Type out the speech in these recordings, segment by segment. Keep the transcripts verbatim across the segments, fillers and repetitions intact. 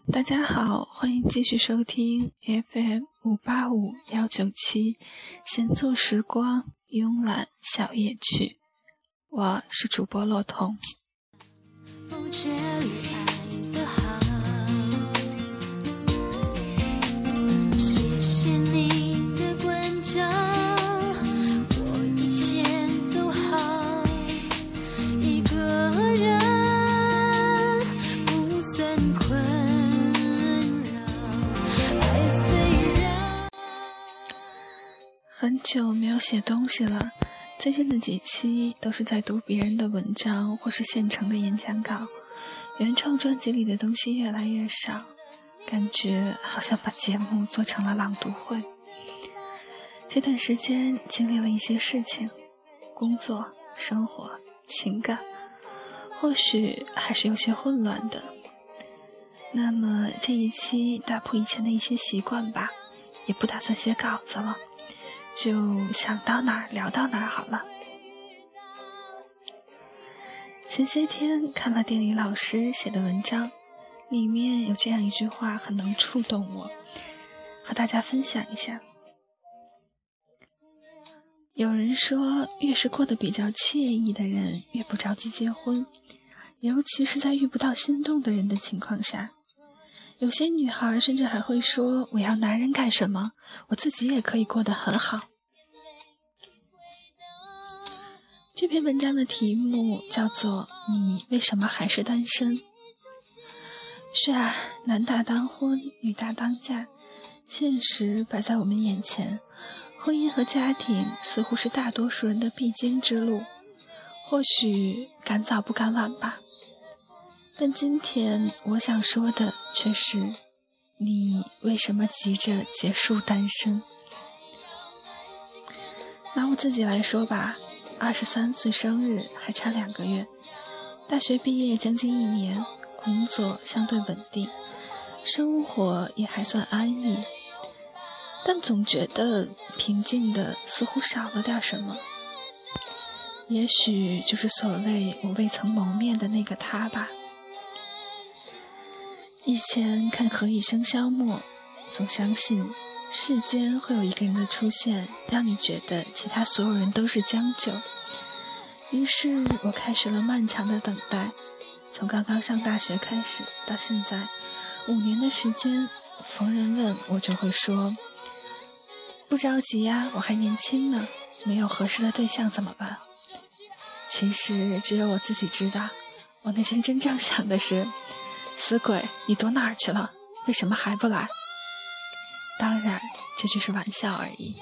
大家好，欢迎继续收听 F M 五八五一九七闲坐时光慵懒小夜曲，我是主播洛彤。 不觉你爱得好，谢谢你的关照，我一切都好，一个人不算困扰，爱虽然很久没有写东西了，最近的几期都是在读别人的文章或是现成的演讲稿，原创专辑里的东西越来越少，感觉好像把节目做成了朗读会。这段时间经历了一些事情，工作、生活、情感，或许还是有些混乱的。那么这一期打破以前的一些习惯吧，也不打算写稿子了，就想到哪儿聊到哪儿好了。前些天看了电理老师写的文章，里面有这样一句话很能触动我，和大家分享一下。有人说，越是过得比较惬意的人越不着急结婚，尤其是在遇不到心动的人的情况下。有些女孩甚至还会说，我要男人干什么？我自己也可以过得很好。这篇文章的题目叫做你为什么还是单身？是啊，男大当婚，女大当嫁，现实摆在我们眼前，婚姻和家庭似乎是大多数人的必经之路，或许赶早不赶晚吧。但今天我想说的却是，你为什么急着结束单身？拿我自己来说吧，二十三岁生日还差两个月，大学毕业将近一年，工作相对稳定，生活也还算安逸，但总觉得平静的似乎少了点什么。也许就是所谓我未曾谋面的那个他吧。以前看《何以笙箫默》，总相信世间会有一个人的出现，让你觉得其他所有人都是将就。于是我开始了漫长的等待，从刚刚上大学开始到现在五年的时间，逢人问我就会说，不着急呀，我还年轻呢，没有合适的对象怎么办？其实只有我自己知道，我内心真正想的是，死鬼，你躲哪儿去了？为什么还不来？当然，这只是玩笑而已。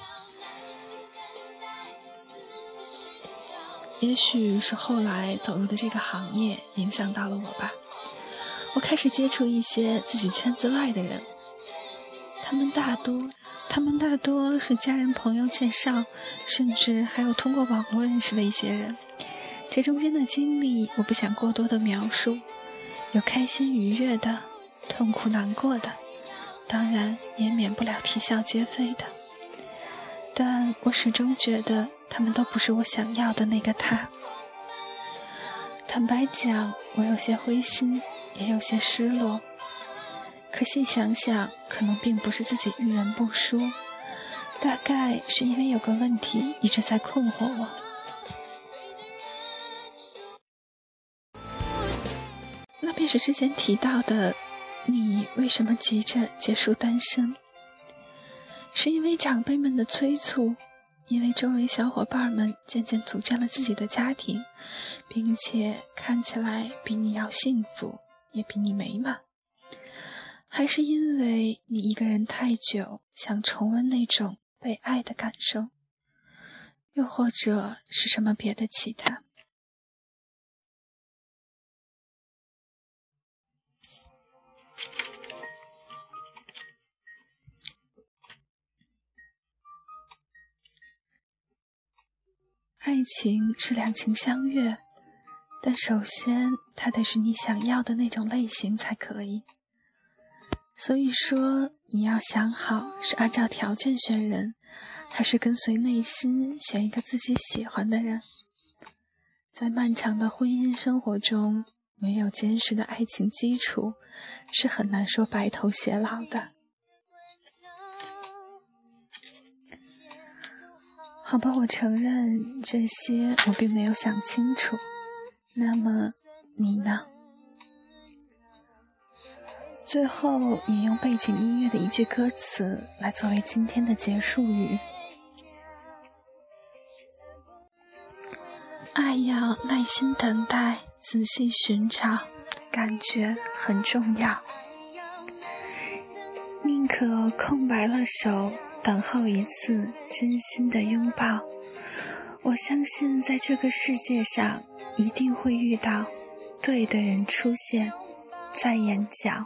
也许是后来走入的这个行业影响到了我吧，我开始接触一些自己圈子外的人，他们大多他们大多是家人朋友介绍，甚至还有通过网络认识的一些人。这中间的经历我不想过多的描述，有开心愉悦的，痛苦难过的，当然也免不了啼笑皆非的，但我始终觉得他们都不是我想要的那个他。坦白讲，我有些灰心，也有些失落，可细想想，可能并不是自己遇人不淑，大概是因为有个问题一直在困惑我。那便是之前提到的，你为什么急着结束单身？是因为长辈们的催促，因为周围小伙伴们渐渐组建了自己的家庭，并且看起来比你要幸福，也比你美满？还是因为你一个人太久，想重温那种被爱的感受？又或者是什么别的其他？爱情是两情相悦，但首先它得是你想要的那种类型才可以。所以说，你要想好是按照条件选人，还是跟随内心选一个自己喜欢的人。在漫长的婚姻生活中，没有坚实的爱情基础， 是很难说白头偕老的。好吧，我承认这些我并没有想清楚。那么你呢？最后引用背景音乐的一句歌词来作为今天的结束语：爱要耐心等待，仔细寻找，感觉很重要。宁可空白了手，等候一次真心的拥抱。我相信在这个世界上一定会遇到对的人出现在眼角。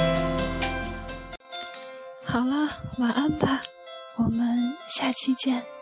好了，晚安吧，我们下期见。